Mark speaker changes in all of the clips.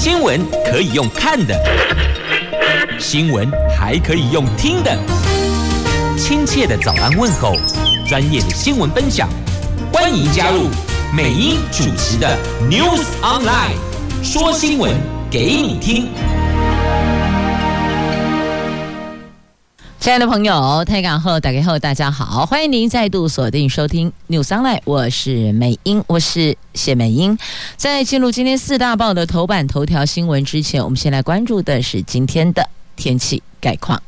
Speaker 1: 新闻可以用看的，新闻还可以用听的。亲切的早安问候，专业的新闻分享，欢迎加入美英主持的 News Online， 说新闻给你听。
Speaker 2: 亲爱的朋友，台港后打开后，大家好，欢迎您再度锁定收听 News Online， 我是美英，我是谢美英。在进入今天四大报的头版头条新闻之前，我们先来关注的是今天的天气概况。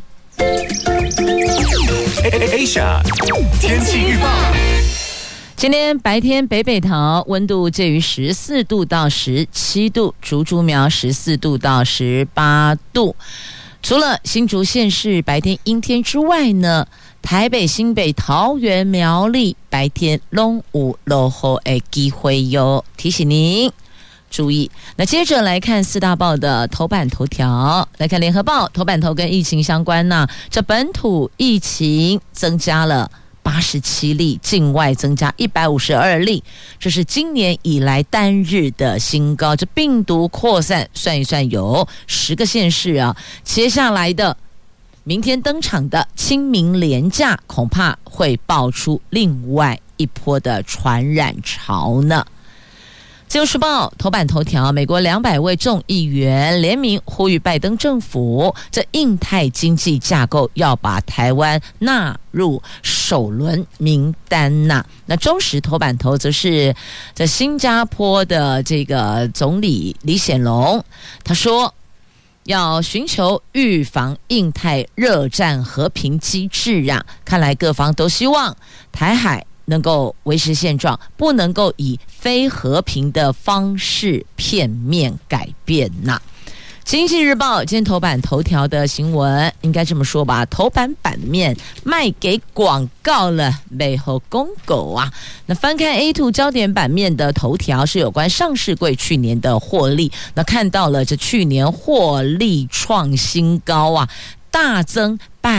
Speaker 3: Asia 天气预报。
Speaker 2: 今天白天北桃温度介于14度到17度，竹竹苗14度到18度。除了新竹县市白天阴天之外呢，台北、新北、桃园、苗栗白天都有落雨的机会哟，提醒您注意。那接着来看四大报的头版头条，来看联合报头版头跟疫情相关呢，这本土疫情增加了87例，境外增加152例，这是今年以来单日的新高。这病毒扩散算一算有10个县市啊，接下来的明天登场的清明连假恐怕会爆出另外一波的传染潮呢。自由时报头版头条，美国200位众议员联名呼吁拜登政府，这印太经济架构要把台湾纳入首轮名单呐。那中时头版头则是在新加坡的这个总理李显龙，他说要寻求预防印太热战和平机制啊，看来各方都希望台海能够维持现状，不能够以非和平的方式片面改变呐。经济日报今天头版头条的新闻应该这么说吧，头版版面卖给广告了，背后公狗啊。那翻看 A2 焦点版面的头条是有关上市柜去年的获利，那看到了这去年获利创新高啊，大增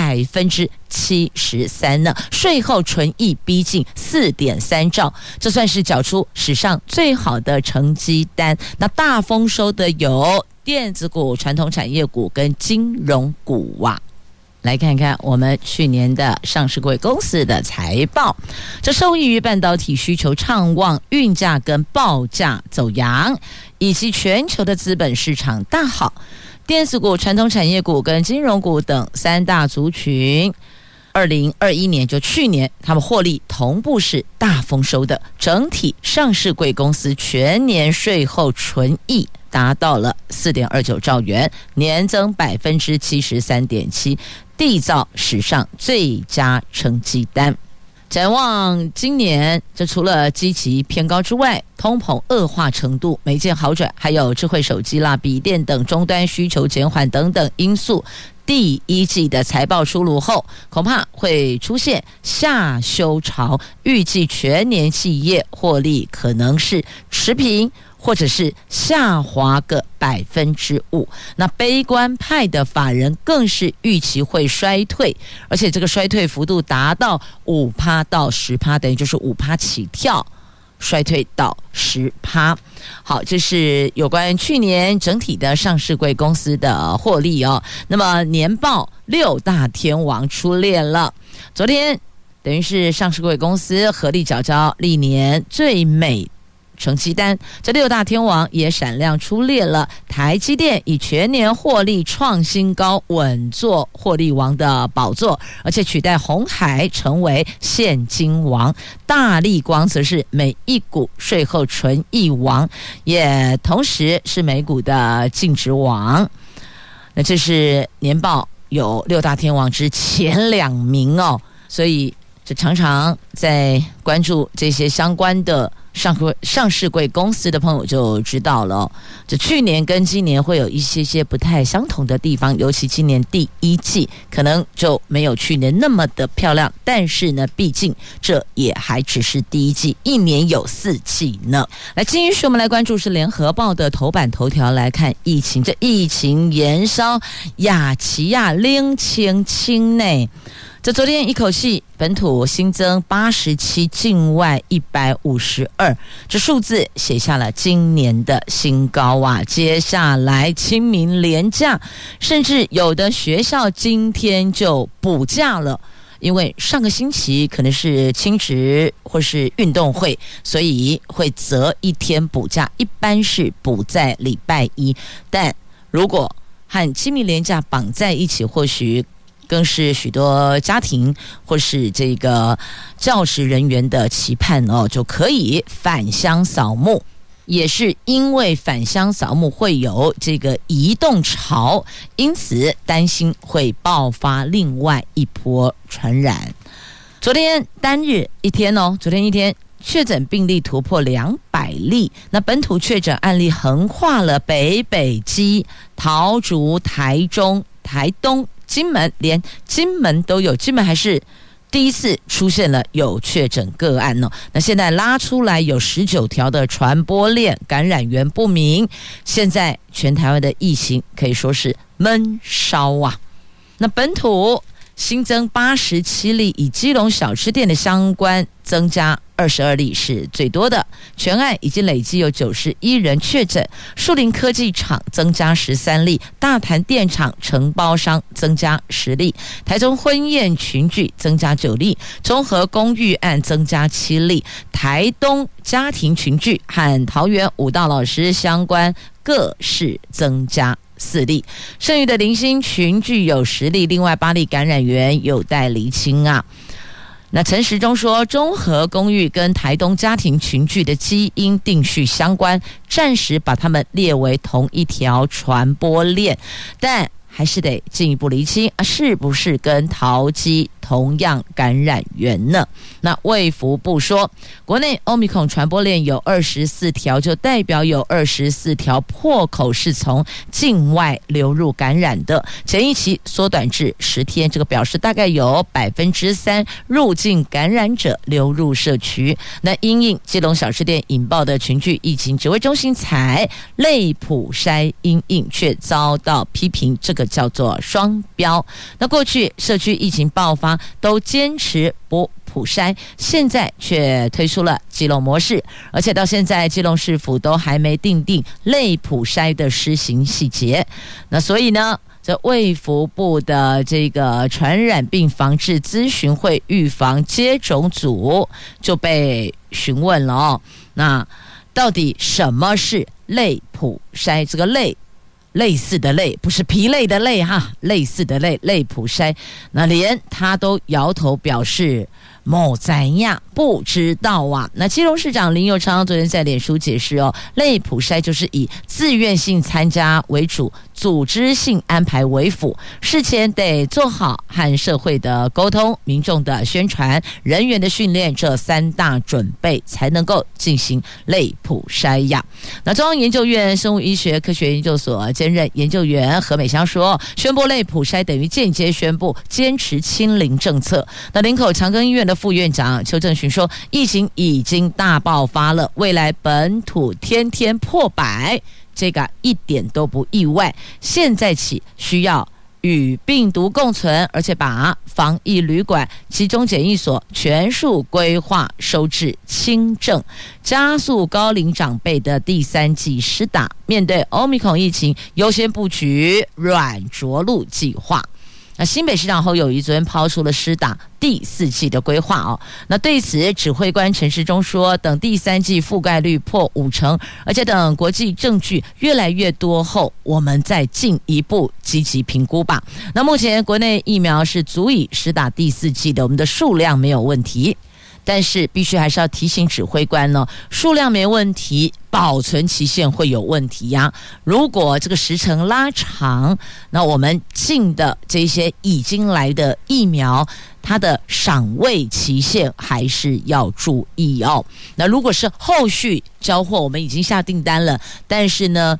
Speaker 2: 73%呢，税后纯益逼近 4.3 兆，这算是缴出史上最好的成绩单。那大丰收的有电子股、传统产业股跟金融股啊。来看看我们去年的上市柜公司的财报，这受益于半导体需求畅旺、运价跟报价走扬，以及全球的资本市场大好，电子股、传统产业股跟金融股等三大族群2021年就去年他们获利同步是大丰收的，整体上市柜公司全年税后纯益达到了 4.29 兆元，年增 73.7%， 缔造史上最佳成绩单。展望今年，这除了基期偏高之外，通膨恶化程度没见好转，还有智慧手机啦、笔电等终端需求减缓等等因素，第一季的财报出炉后，恐怕会出现下修潮，预计全年企业获利可能是持平或者是下滑个5%。那悲观派的法人更是预期会衰退，而且这个衰退幅度达到 5% 到 10%， 等于就是 5% 起跳衰退到 10%。 好，这是有关去年整体的上市柜公司的获利哦。那么年报6大天王出列了，昨天等于是上市柜公司合力缴交历年最美成绩单，这6大天王也闪亮出列了。台积电以全年获利创新高，稳坐获利王的宝座，而且取代鸿海成为现金王。大立光则是每一股税后纯益王，也同时是每股的净值王。那这是年报有6大天王之前2名哦，所以这常常在关注这些相关的上市柜公司的朋友就知道了，这去年跟今年会有一些不太相同的地方，尤其今年第一季可能就没有去年那么的漂亮，但是呢，毕竟这也还只是第一季，一年有4季呢。来，继续我们来关注是联合报的头版头条，来看疫情，这疫情延烧，亚齐亚冷清清呢。 这昨天一口气本土新增87，境外152，这数字写下了今年的新高啊！接下来清明连假，甚至有的学校今天就补假了。因为上个星期可能是亲职或是运动会，所以会择一天补假，一般是补在礼拜一。但如果和清明连假绑在一起，或许更是许多家庭或是这个教职人员的期盼哦，就可以返乡扫墓。也是因为返乡扫墓会有这个移动潮，因此担心会爆发另外一波传染。昨天单日一天哦，昨天一天确诊病例突破200例，那本土确诊案例横跨了北基、桃竹、台中、台东、金门，连金门都有，金门还是第一次出现了有确诊个案哦。那现在拉出来有19条的传播链，感染源不明。现在全台湾的疫情可以说是闷烧啊。那本土新增87例，以基隆小吃店的相关增加22例是最多的，全案已经累计有91人确诊。树林科技厂增加13例，大潭电厂承包商增加10例，台中婚宴群聚增加9例，中和公寓案增加7例，台东家庭群聚和桃园舞蹈老师相关各市增加4例，剩余的零星群聚有10例，另外8例感染源有待厘清啊。那陈时中说，中和公寓跟台东家庭群聚的基因定序相关，暂时把它们列为同一条传播链，但还是得进一步厘清是不是跟桃机同样感染源呢？那卫福部说，国内 Omicron 传播链有24条，就代表有24条破口是从境外流入感染的，检疫期缩短至10天，这个表示大概有3%入境感染者流入社区。那因应基隆小吃店引爆的群聚疫情，指挥中心采类普筛因应，却遭到批评，这个叫做双标。那过去社区疫情爆发都坚持不普筛，现在却推出了基隆模式，而且到现在基隆市府都还没订定类普筛的施行细节。那所以呢，这卫福部的这个传染病防治咨询会预防接种组就被询问了哦。那到底什么是类普筛？这个类似的类，不是疲累的累哈，类似的类普筛，那连他都摇头表示某怎样不知道啊。那基隆市长林右昌昨天在脸书解释哦，类普筛就是以自愿性参加为主，组织性安排为辅，事前得做好和社会的沟通、民众的宣传、人员的训练，这3大准备才能够进行类普筛呀。那中央研究院生物医学科学研究所兼任研究员何美香说，宣布类普筛等于间接宣布坚持清零政策。那林口长庚医院的副院长邱正群说，疫情已经大爆发了，未来本土天天破100，这个一点都不意外。现在起需要与病毒共存，而且把防疫旅馆、集中检疫所全数规划收治轻症，加速高龄长辈的第3剂施打。面对 Omicron 疫情，优先布局软着陆计划。那新北市长侯友宜昨天抛出了施打第4剂的规划哦。那对此，指挥官陈时中说，等第3剂覆盖率破50%，而且等国际证据越来越多后，我们再进一步积极评估吧。那目前国内疫苗是足以施打第4剂的，我们的数量没有问题。但是必须还是要提醒指挥官呢，数量没问题，保存期限会有问题呀。如果这个时程拉长，那我们进的这些已经来的疫苗，它的赏味期限还是要注意哦。那如果是后续交货，我们已经下订单了，但是呢，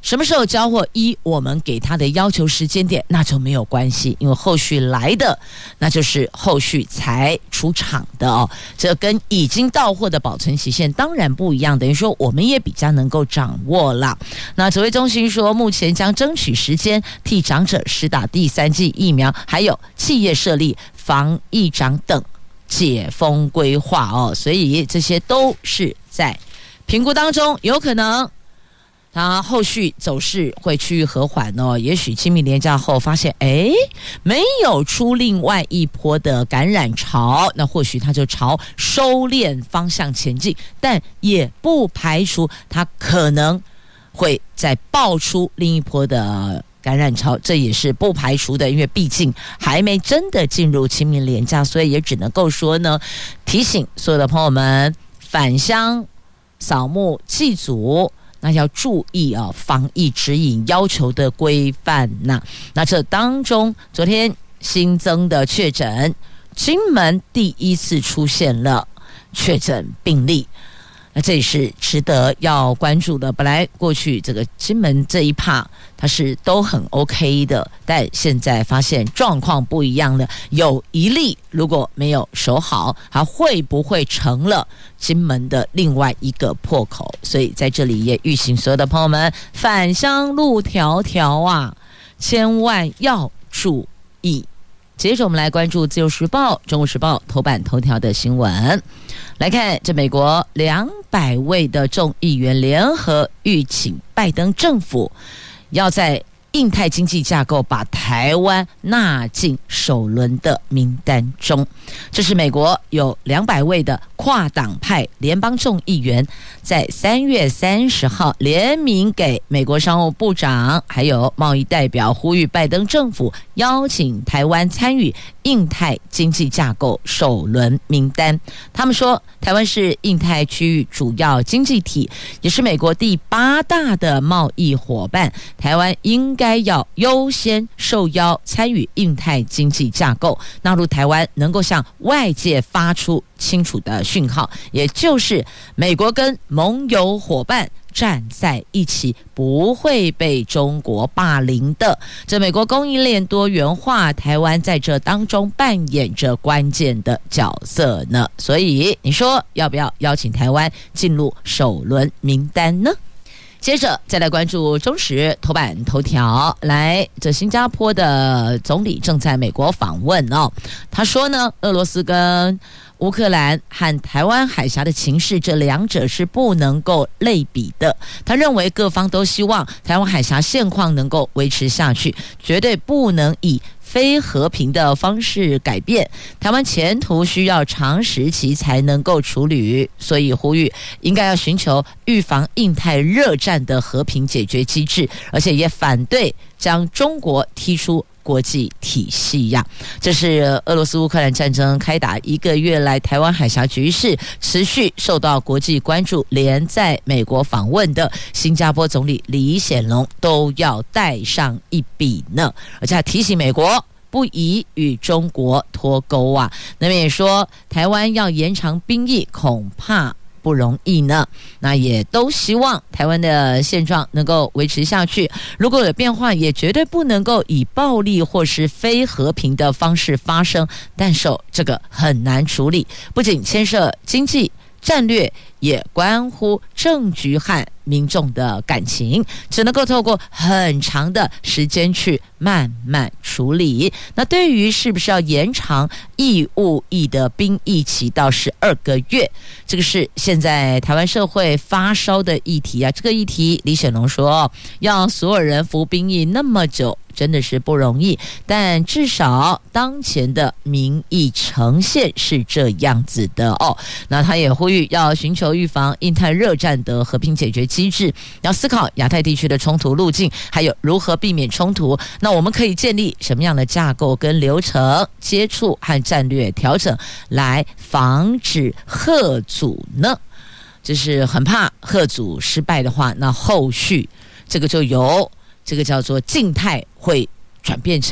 Speaker 2: 什么时候交货，我们给他的要求时间点那就没有关系，因为后续来的那就是后续才出厂的哦，这跟已经到货的保存期限当然不一样，等于说我们也比较能够掌握了。那指挥中心说，目前将争取时间替长者施打第3剂疫苗，还有企业设立防疫长等解封规划哦，所以这些都是在评估当中，有可能它后续走势会趋于和缓哦，也许清明连假后发现，没有出另外一波的感染潮，那或许它就朝收敛方向前进，但也不排除它可能会再爆出另一波的感染潮，这也是不排除的，因为毕竟还没真的进入清明连假，所以也只能够说呢，提醒所有的朋友们返乡扫墓祭祖，那要注意啊，防疫指引要求的规范呐。那这当中，昨天新增的确诊，金门第一次出现了确诊病例，那这也是值得要关注的。本来过去这个金门这一趴它是都很 OK 的，但现在发现状况不一样了，有一例如果没有守好，它会不会成了金门的另外一个破口？所以在这里也预请所有的朋友们，返乡路迢迢啊，千万要注意。接着我们来关注自由时报、中国时报头版头条的新闻。来看，这美国200位的众议员联合预请拜登政府要在印太经济架构把台湾纳进首轮的名单中。这是美国有200位的跨党派联邦众议员在3月30号联名给美国商务部长还有贸易代表，呼吁拜登政府邀请台湾参与印太经济架构首轮名单。他们说，台湾是印太区域主要经济体，也是美国第8大的贸易伙伴，台湾应该要优先受邀参与印太经济架构，纳入台湾能够向外界发出清楚的讯号，也就是美国跟盟友伙伴站在一起，不会被中国霸凌的。这美国供应链多元化，台湾在这当中扮演着关键的角色呢。所以你说要不要邀请台湾进入首轮名单呢？接着再来关注中时头版头条，来，这新加坡的总理正在美国访问哦。他说呢，俄罗斯跟乌克兰和台湾海峡的情势，这两者是不能够类比的。他认为各方都希望台湾海峡现况能够维持下去，绝对不能以非和平的方式改变，台湾前途需要长时期才能够处理，所以呼吁应该要寻求预防印太热战的和平解决机制，而且也反对将中国踢出国际体系呀。这是俄罗斯乌克兰战争开打1个月来，台湾海峡局势持续受到国际关注，连在美国访问的新加坡总理李显龙都要带上一笔呢，而且还提醒美国不宜与中国脱钩啊。那么也说，台湾要延长兵役恐怕不容易呢。那也都希望台湾的现状能够维持下去，如果有变化，也绝对不能够以暴力或是非和平的方式发生，但是这个很难处理，不仅牵涉经济战略，也关乎政局和民众的感情，只能够透过很长的时间去慢慢处理。那对于是不是要延长义务役的兵役期到12个月，这个是现在台湾社会发烧的议题啊。这个议题李显龙说，要所有人服兵役那么久真的是不容易，但至少当前的民意呈现是这样子的哦。那他也呼吁要寻求预防印太热战的和平解决机制，要思考亚太地区的冲突路径，还有如何避免冲突。那我们可以建立什么样的架构跟流程、接触和战略调整来防止嚇阻呢？就是很怕嚇阻失败的话，那后续这个就由这个叫做静态会转变成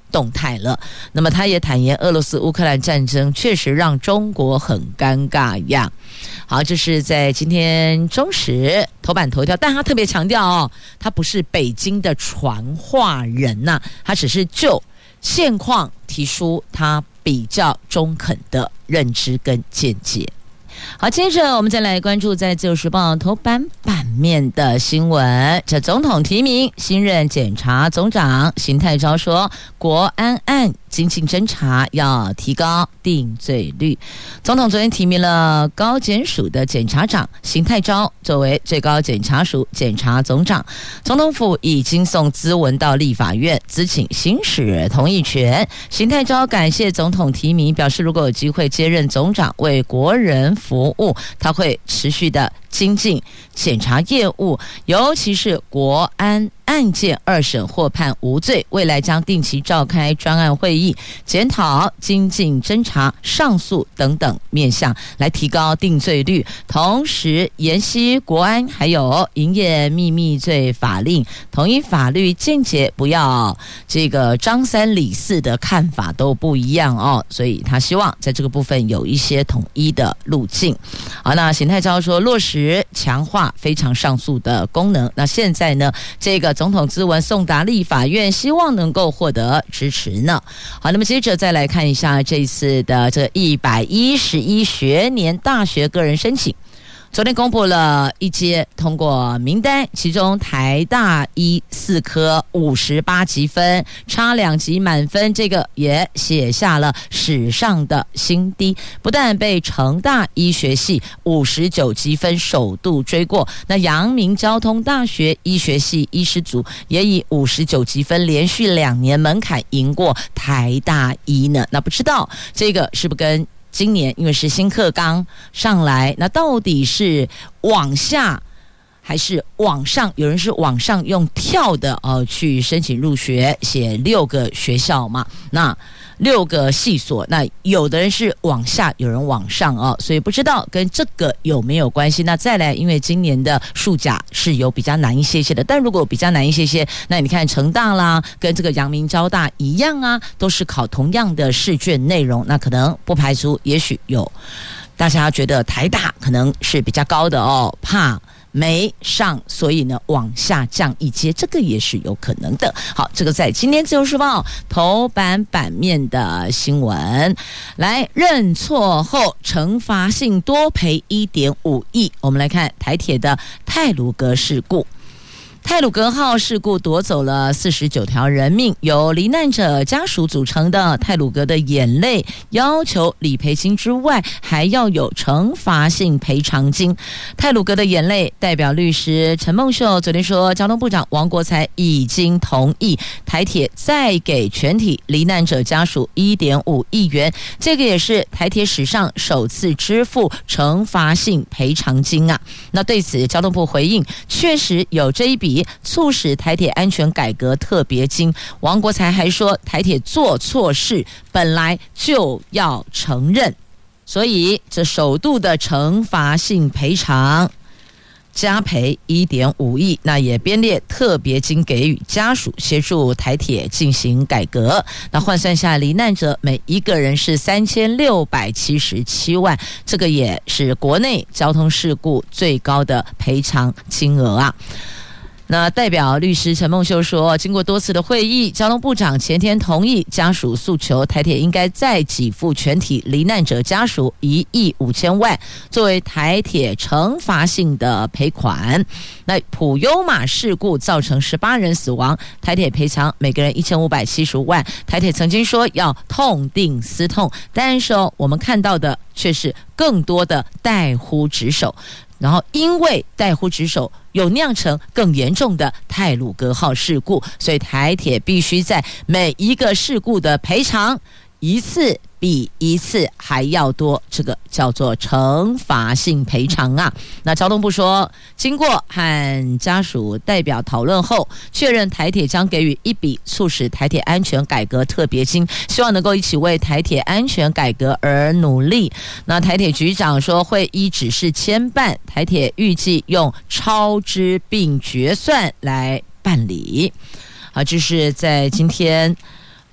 Speaker 2: 动态了。那么他也坦言，俄罗斯乌克兰战争确实让中国很尴尬呀。好，这是在今天中时头版头条，但他特别强调哦，他不是北京的传话人呐，他只是就现况提出他比较中肯的认知跟见解。好，接着我们再来关注在自由时报头版面的新闻。这总统提名新任检察总长邢泰钊说，国安案精进侦查要提高定罪率。总统昨天提名了高检署的检察长邢泰钊作为最高检察署检察总长，总统府已经送咨文到立法院，咨请行使同意权。邢泰钊感谢总统提名，表示如果有机会接任总长，为国人服务，他会持续的精进检察业务，尤其是国安案件2审获判无罪，未来将定期召开专案会议，检讨精进侦查、上诉等等面向，来提高定罪率。同时研析国安还有营业秘密罪法令，统一法律见解，不要这个张三李四的看法都不一样哦，所以他希望在这个部分有一些统一的路径。好，那邢泰钊说落实强化非常上诉的功能。那现在呢，这个总统咨文送达立法院，希望能够获得支持呢。好，那么接着再来看一下这一次的这111学年大学个人申请。昨天公布了一阶通过名单，其中台大4科58级分，差2级满分，这个也写下了史上的新低。不但被成大医学系59级分首度追过，那阳明交通大学医学系医师组也以59级分连续2年门槛赢过台大医呢。那不知道这个是不是跟今年因为是新课纲上来，那到底是往下还是往上？有人是往上用跳的去申请入学，写6个学校嘛，那6个系所，那有的人是往下，有人往上哦，所以不知道跟这个有没有关系。那再来，因为今年的数甲是有比较难一些些的，但如果比较难一些些，那你看成大啦，跟这个阳明交大一样啊，都是考同样的试卷内容，那可能不排除也许有大家觉得台大可能是比较高的哦，怕没上，所以呢往下降一阶，这个也是有可能的。好，这个在今天自由时报头版面的新闻。来，认错后惩罚性多赔1.5亿。我们来看台铁的太鲁阁事故。太鲁阁号事故夺走了49条人命，由罹难者家属组成的太鲁阁的眼泪要求理赔金之外，还要有惩罚性赔偿金。太鲁阁的眼泪代表律师陈梦秀昨天说，交通部长王国材已经同意台铁再给全体罹难者家属1.5亿元，这个也是台铁史上首次支付惩罚性赔偿金啊。那对此交通部回应，确实有这一笔促使台铁安全改革特别金。王国材还说，台铁做错事本来就要承认，所以这首度的惩罚性赔偿加赔1.5亿，那也编列特别金给予家属，协助台铁进行改革。那换算下，罹难者每一个人是3677万，这个也是国内交通事故最高的赔偿金额啊。那代表律师陈梦秀说，经过多次的会议，交通部长前天同意家属诉求，台铁应该再给付全体罹难者家属1亿5千万，作为台铁惩罚性的赔款。那普悠玛事故造成18人死亡，台铁赔偿每个人1575万。台铁曾经说要痛定思痛，但是我们看到的却是更多的怠忽职守，然后因为怠忽职守有酿成更严重的太鲁阁号事故，所以台铁必须在每一个事故的赔偿一次比一次还要多，这个叫做惩罚性赔偿啊。那交通部说，经过和家属代表讨论后，确认台铁将给予一笔促使台铁安全改革特别金，希望能够一起为台铁安全改革而努力。那台铁局长说，会依指示牵办，台铁预计用超支并决算来办理。好，这是在今天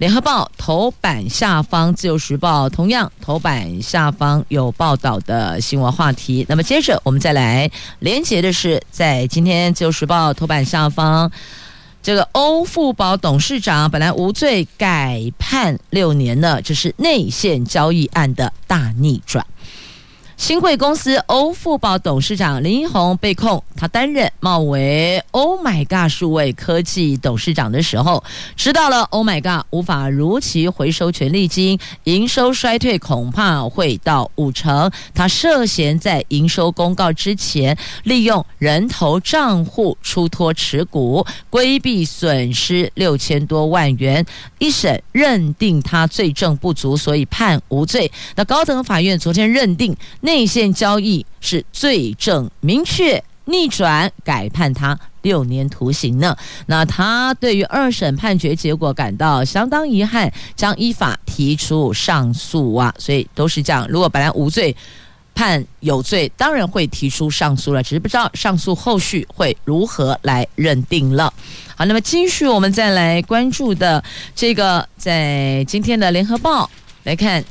Speaker 2: 联合报头版下方，自由时报同样头版下方有报道的新闻话题。那么接着我们再来连结的是，在今天自由时报头版下方，这个欧富宝董事长本来无罪，改判6年了，这是内线交易案的大逆转。新贵公司欧富宝董事长林一鸿被控，他担任冒为 Oh My God 数位科技董事长的时候，知道了 Oh My God 无法如期回收权利金，营收衰退恐怕会到50%。他涉嫌在营收公告之前，利用人头账户出脱持股，规避损失6000多万元。一审认定他罪证不足，所以判无罪。那高等法院昨天认定内线交易是罪证明确，逆转改判他6年徒刑呢。那他对于2审判决结果感到相当遗憾，将依法提出上诉啊。所以都是这样，如果本来无罪判有罪，当然会提出上诉了，只是不知道上诉后续会如何来认定了。好，那么继续我们再来关注的这个，在今天的联合报来看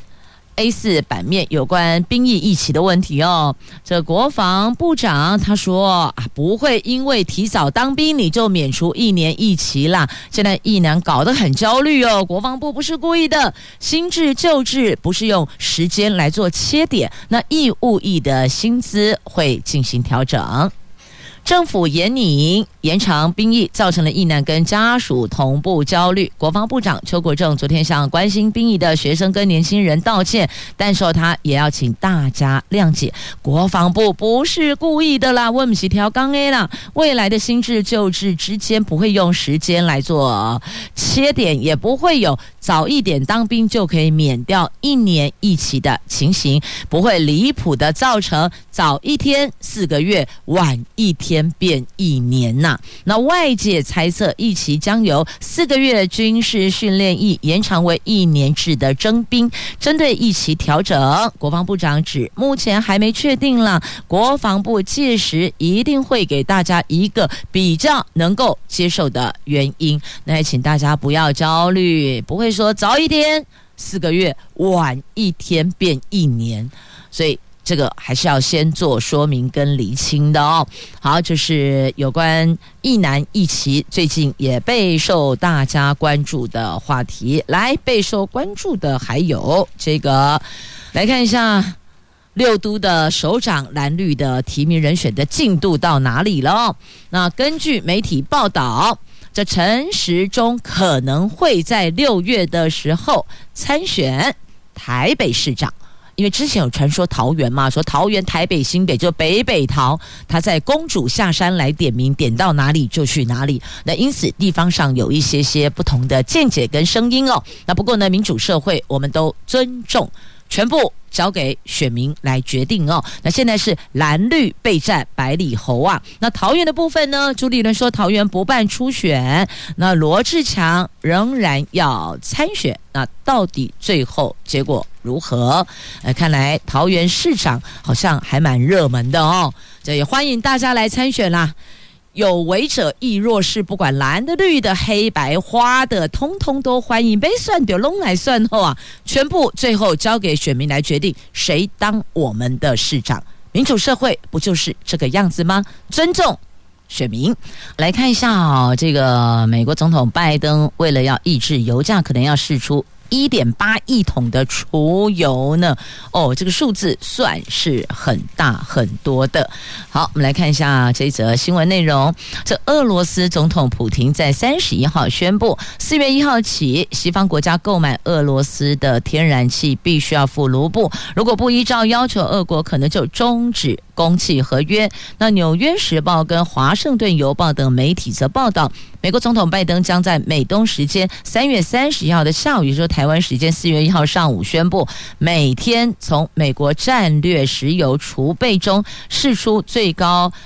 Speaker 2: A4 版面有关兵役役期的问题哦。这国防部长他说不会因为提早当兵你就免除1年役期啦。现在役男搞得很焦虑哦，国防部不是故意的，新制旧制不是用时间来做切点，那义务役的薪资会进行调整。政府延长兵役，造成了役男跟家属同步焦虑。国防部长邱国正昨天向关心兵役的学生跟年轻人道歉，但说他也要请大家谅解，国防部不是故意的啦，我们是调纲 A 啦。未来的新制旧制之间不会用时间来做切点，也不会有早一点当兵就可以免掉1年役期的情形，不会离谱的造成早1天4个月，晚1天变1年呐。那外界猜测役期将由4个月军事训练役延长为1年制的征兵。针对役期调整，国防部长指目前还没确定了，国防部届时一定会给大家一个比较能够接受的原因。那也请大家不要焦虑，不会说早一天4个月，晚1天变1年，所以这个还是要先做说明跟厘清的哦。好，这是有关役男役期最近也备受大家关注的话题。来，备受关注的还有这个，来看一下6都的首长蓝绿的提名人选的进度到哪里了哦。那根据媒体报道，这陈时中可能会在6月的时候参选台北市长。因为之前有传说桃园嘛，说桃园、台北、新北就北北桃，他在公主下山来点名，点到哪里就去哪里。那因此地方上有一些不同的见解跟声音哦。那不过呢，民主社会我们都尊重，全部交给选民来决定哦。那现在是蓝绿备战百里侯啊。那桃园的部分呢，朱立伦说桃园不办初选，那罗志强仍然要参选。那到底最后结果如何？看来桃园市长好像还蛮热门的哦，这也欢迎大家来参选啦。有为者亦若是，不管蓝的、绿的、黑白花的，通通都欢迎。被算就弄来算后啊，全部最后交给选民来决定谁当我们的市长。民主社会不就是这个样子吗？尊重选民。来看一下这个美国总统拜登为了要抑制油价，可能要释出1.8亿桶的储油呢。这个数字算是很大很多的。好，我们来看一下这则新闻内容。这俄罗斯总统普亭在31号宣布，4月1号起，西方国家购买俄罗斯的天然气必须要付卢布，如果不依照要求，俄国可能就终止供气合约。那纽约时报跟华盛顿邮报等媒体则报道，美国总统拜登将在美东时间3月31号的下午，也就是台湾时间4月1号上午宣布，每天从美国战略石油储备中释出最高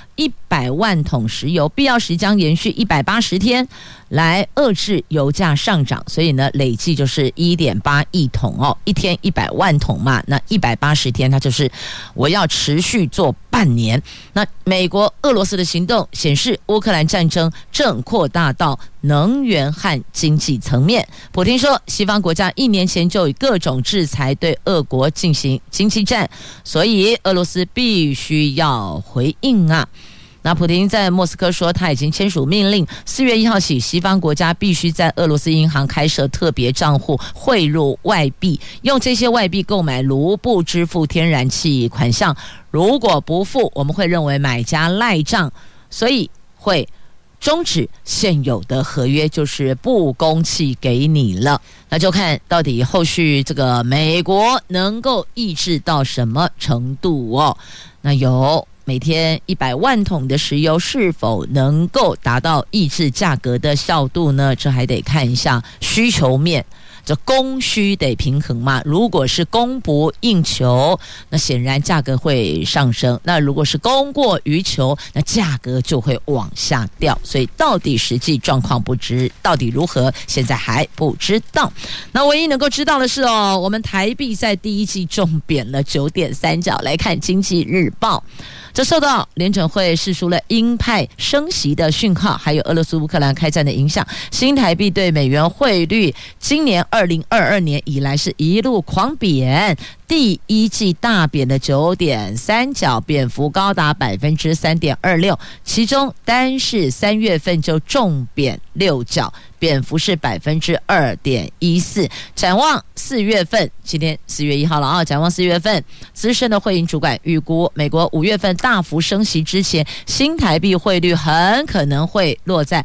Speaker 2: 100万桶石油，必要时将延续180天来遏制油价上涨，所以呢，累计就是1.8亿桶哦，一天100万桶嘛，那180天，它就是我要持续做半年。那美国、俄罗斯的行动显示，乌克兰战争正扩大到能源和经济层面。普丁说，西方国家1年前就以各种制裁对俄国进行经济战，所以俄罗斯必须要回应啊。那普丁在莫斯科说，他已经签署命令，4月1号起，西方国家必须在俄罗斯银行开设特别账户，汇入外币，用这些外币购买卢布支付天然气款项。如果不付，我们会认为买家赖账，所以会终止现有的合约，就是不供气给你了。那就看到底后续这个美国能够抑制到什么程度哦。那有每天100万桶的石油是否能够达到抑制价格的效度呢？这还得看一下需求面，这供需得平衡嘛。如果是供不应求，那显然价格会上升；那如果是供过于求，那价格就会往下掉。所以到底实际状况不知，到底如何，现在还不知道。那唯一能够知道的是哦，我们台币在第一季重贬了9.3角。来看《经济日报》。这受到联准会释出了鹰派升息的讯号，还有俄罗斯乌克兰开战的影响，新台币对美元汇率今年2022年以来是一路狂贬，第一季大贬的9.3角，贬幅高达3.26%，其中单是3月份就重贬6角，贬幅是2.14%。展望4月份，今天4月1号了啊！展望4月份，资深的汇银主管预估，美国5月份大幅升息之前，新台币汇率很可能会落在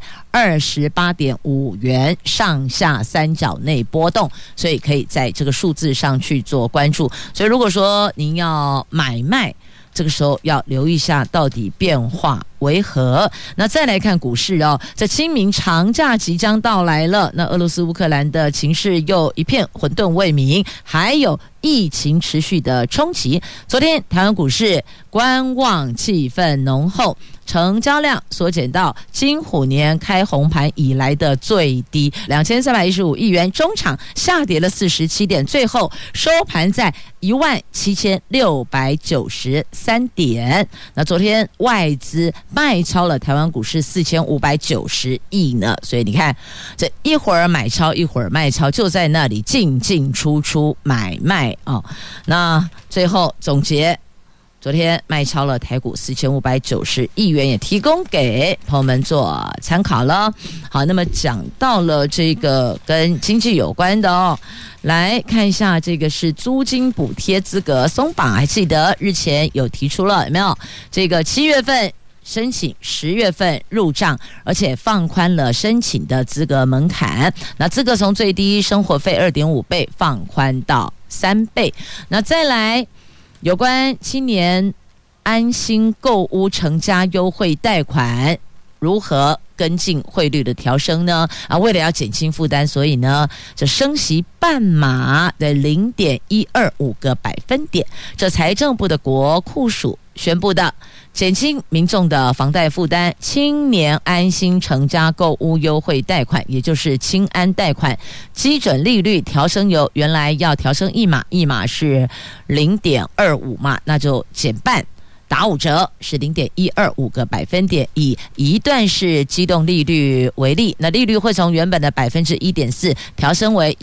Speaker 2: 28.5元上下3角内波动，所以可以在这个数字上去做关注。所以如果说您要买卖，这个时候要留意一下到底变化为何。那再来看股市哦，这清明长假即将到来了，那俄罗斯乌克兰的情势又一片混沌未明，还有疫情持续的冲击。昨天台湾股市观望气氛浓厚，成交量缩减到金虎年开红盘以来的最低，2315亿元，中场下跌了47点，最后收盘在17693点。那昨天外资卖超了台湾股市4590亿呢，所以你看这一会儿买超一会儿卖超，就在那里进进出出买卖哦。那最后总结，昨天卖超了台股4590亿元，也提供给朋友们做参考了。好，那么讲到了这个跟经济有关的哦，来看一下，这个是租金补贴资格松绑，还记得日前有提出了有没有？这个7月份申请，10月份入账，而且放宽了申请的资格门槛。那资格从最低生活费2.5倍放宽到3倍。那再来有关青年安心购屋成家优惠贷款如何跟进汇率的调升呢？为了要减轻负担，所以呢，这升息半码的0.125个百分点。这财政部的国库署宣布的，减轻民众的房贷负担，青年安心成家购屋优惠贷款，也就是青安贷款，基准利率调升由原来要调升1码，1码是0.25嘛，那就减半。打5折是0.125个百分点，以一段式机动利率为例，那利率会从原本的1.4%调升为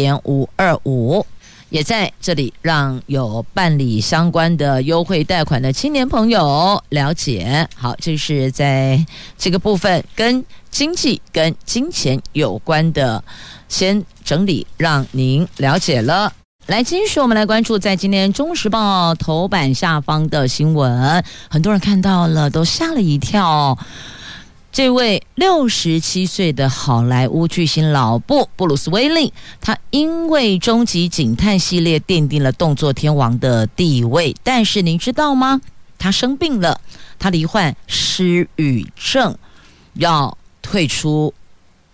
Speaker 2: 1.525%。也在这里让有办理相关的优惠贷款的青年朋友了解。好，这是在这个部分跟经济跟金钱有关的，先整理让您了解了。来，继续我们来关注在今天《中时报》头版下方的新闻，很多人看到了都吓了一跳。这位67岁的好莱坞巨星老布鲁斯威利，他因为终极警探系列奠定了动作天王的地位，但是您知道吗？他生病了，他罹患失语症，要退出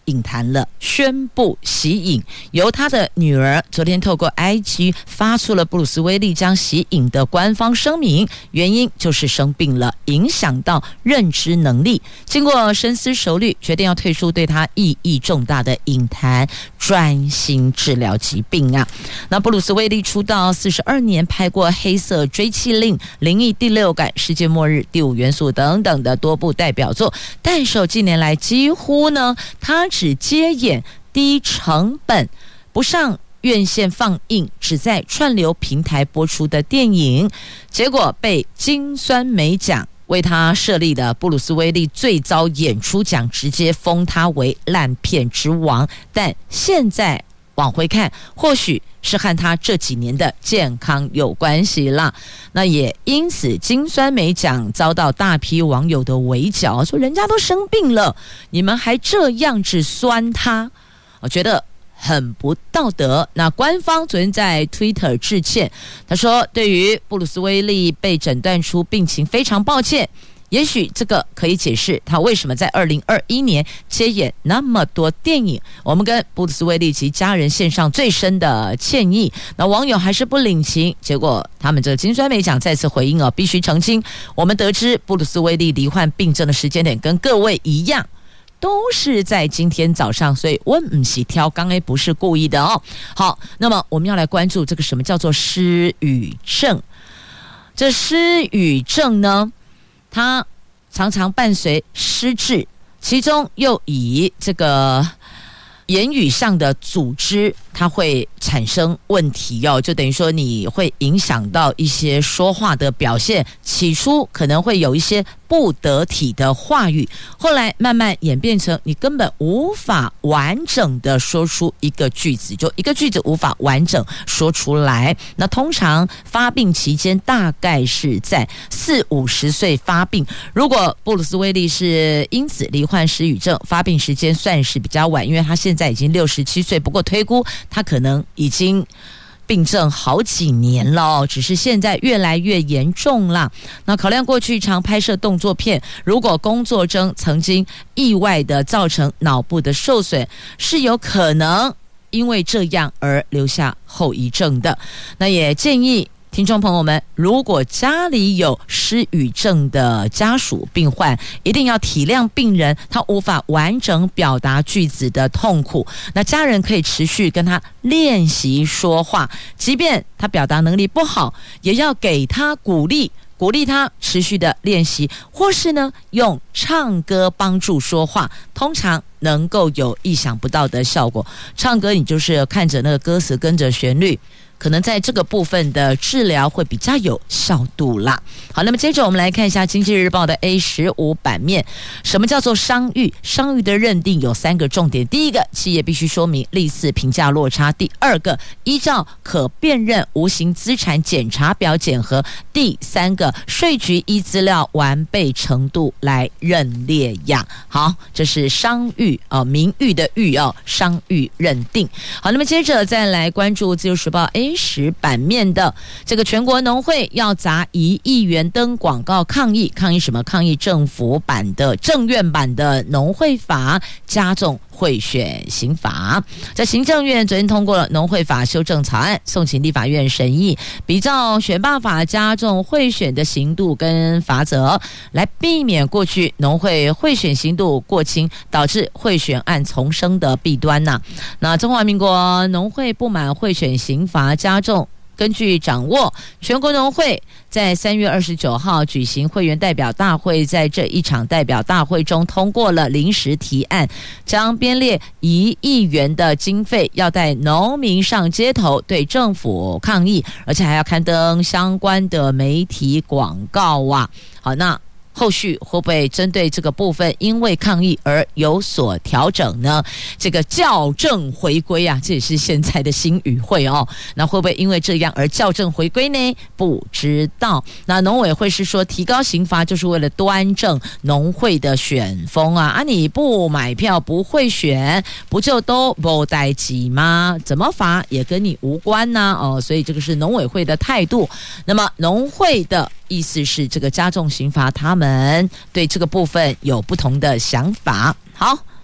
Speaker 2: 隐谈了，宣布息影，由他的女儿昨天透过 IG 发出了布鲁斯威利将息影的官方声明，原因就是生病了，影响到认知能力。经过深思熟虑，决定要退出对他意义重大的影坛，专心治疗疾病啊。那布鲁斯威利出道42年，拍过《黑色追妻令》、《灵异第六感》、《世界末日》、《第五元素》等等的多部代表作，但是近年来几乎呢，他只接演低成本、不上院线放映、只在串流平台播出的电影，结果被金酸梅奖为他设立的布鲁斯威利最糟演出奖直接封他为烂片之王。但现在往回看，或许是和他这几年的健康有关系啦。那也因此金酸梅奖遭到大批网友的围剿，说人家都生病了，你们还这样子酸他，我觉得很不道德。那官方昨天在 Twitter 致歉，他说对于布鲁斯威利被诊断出病情非常抱歉，也许这个可以解释他为什么在2021年接演那么多电影。我们跟布鲁斯威利及家人献上最深的歉意。那网友还是不领情，结果他们这个金酸梅奖再次回应必须澄清，我们得知布鲁斯威利罹患病症的时间点跟各位一样，都是在今天早上，所以我不是挑刚才不是故意的哦。好，那么我们要来关注这个什么叫做失语症。这失语症呢，它常常伴随失智，其中又以这个言语上的组织，它会产生问题哦，就等于说你会影响到一些说话的表现。起初可能会有一些不得体的话语，后来慢慢演变成你根本无法完整的说出一个句子，就一个句子无法完整说出来。那通常发病期间大概是在40-50岁发病，如果布鲁斯威利是因此罹患失语症，发病时间算是比较晚，因为他现在已经67岁，不过推估他可能已经病症好几年了，只是现在越来越严重啦。那考量过去常拍摄动作片，如果工作中曾经意外的造成脑部的受损，是有可能因为这样而留下后遗症的。那也建议听众朋友们，如果家里有失语症的家属病患，一定要体谅病人他无法完整表达句子的痛苦。那家人可以持续跟他练习说话，即便他表达能力不好，也要给他鼓励他持续的练习，或是呢用唱歌帮助说话，通常能够有意想不到的效果。唱歌你就是看着那个歌词，跟着旋律，可能在这个部分的治疗会比较有效度啦。好，那么接着我们来看一下经济日报的 A15 版面。什么叫做商誉？商誉的认定有3个重点。第一个，企业必须说明类似评价落差。第二个，依照可辨认无形资产检查表检核。第三个，税局依资料完备程度来认列样。好，这是商誉名誉的誉商誉认定。好，那么接着再来关注自由时报 A10 版面的这个全国农会要砸1亿元登广告抗议什么？抗议政府版的政院版的农会法加重贿选刑法。在行政院昨天通过了农会法修正草案，送请立法院审议，比照选罢法加重贿选的刑度跟罚则，来避免过去农会贿选刑度过轻，导致贿选案丛生的弊端呐。那中华民国农会不满贿选刑罚加重，根据掌握，全国农会在3月29号举行会员代表大会，在这一场代表大会中通过了临时提案，将编列1亿元的经费，要带农民上街头对政府抗议，而且还要刊登相关的媒体广告啊。好，那后续会不会针对这个部分因为抗议而有所调整呢？这个校正回归啊，这也是现在的新语汇哦。那会不会因为这样而校正回归呢？不知道。那农委会是说提高刑罚就是为了端正农会的选风啊，你不买票不会选，不就都没代志吗？怎么罚也跟你无关呢所以这个是农委会的态度。那么农会的意思是这个加重刑罚，他们对这个部分有不同的想法。好，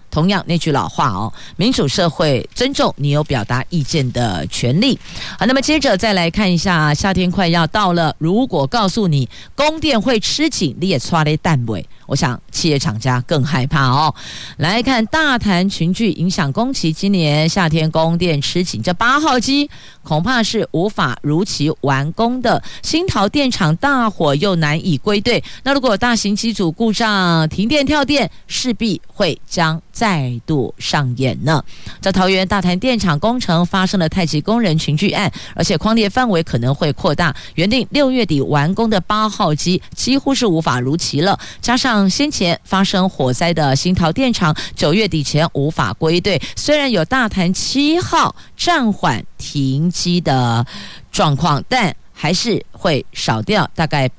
Speaker 2: 同样那句老话哦，民主社会尊重你有表达意见的权利。好，那么接着再来看一下，夏天快要到了，如果告诉你供电会吃紧，你也抓了蛋尾，我想企业厂家更害怕哦。来看大潭群聚影响工期，今年夏天供电吃紧，这8号机恐怕是无法如期完工的。新桃电厂大火又难以归队，那如果大型机组故障、停电跳电，势必会将再度上演呢。在桃园大潭电厂工程发生了太极工人群聚案，而且匡列范围可能会扩大，原定6月底完工的8号机几乎是无法如期了，加上先前发生火灾的新桃电厂9月底前无法归队，虽然有大潭7号暂缓停机的状况，但还是会少掉大概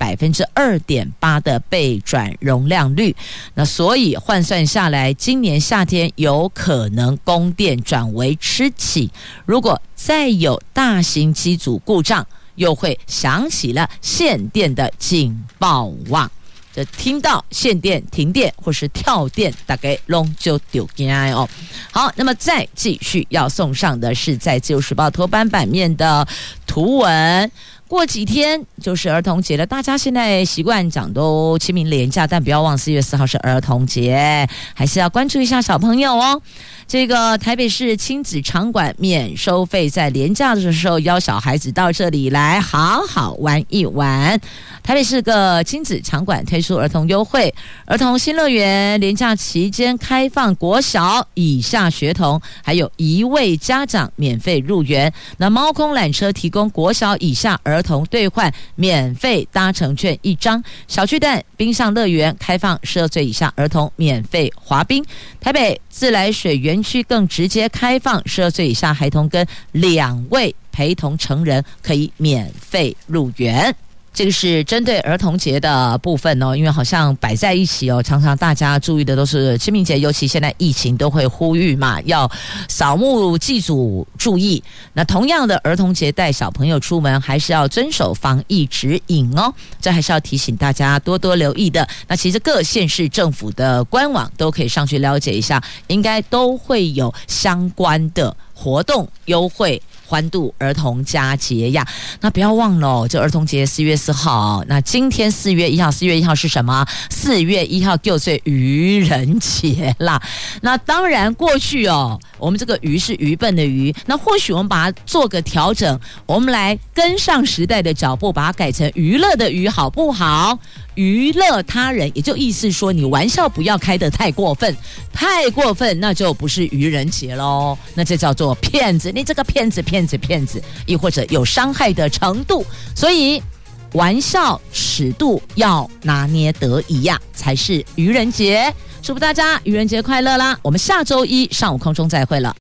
Speaker 2: 2.8%的备转容量率。那所以换算下来，今年夏天有可能供电转为吃紧，如果再有大型机组故障，又会响起了限电的警报网。这听到限电、停电或是跳电，大概拢就丢惊哦。好，那么再继续要送上的是在自由时报头版版面的图文。过几天就是儿童节了，大家现在习惯讲都清明连假，但不要忘4月4号是儿童节，还是要关注一下小朋友哦。这个台北市亲子场馆免收费，在连假的时候邀小孩子到这里来好好玩一玩。台北市个亲子场馆推出儿童优惠，儿童新乐园连假期间开放国小以下学童，还有1位家长免费入园。那猫空缆车提供国小以下儿童兑换免费搭乘券1张，小巨蛋冰上乐园开放12岁以下儿童免费滑冰，台北自来水园区更直接开放12岁以下孩童跟2位陪同成人可以免费入园。这个是针对儿童节的部分哦，因为好像摆在一起哦，常常大家注意的都是清明节，尤其现在疫情都会呼吁嘛，要扫墓祭祖注意。那同样的儿童节带小朋友出门，还是要遵守防疫指引哦，这还是要提醒大家多多留意的。那其实各县市政府的官网都可以上去了解一下，应该都会有相关的活动优惠。欢度儿童佳节呀，那不要忘了这儿童节4月4号，那今天4月1号，4月1号是什么？4月1号就是愚人节啦。那当然过去我们这个愚是愚笨的愚，那或许我们把它做个调整，我们来跟上时代的脚步，把它改成娱乐的娱，好不好？娱乐他人，也就意思说你玩笑不要开得太过分，太过分那就不是愚人节咯，那这叫做骗子，你这个骗子，亦或者有伤害的程度，所以玩笑尺度要拿捏得宜呀，才是愚人节。祝福大家愚人节快乐啦！我们下周1上午空中再会了。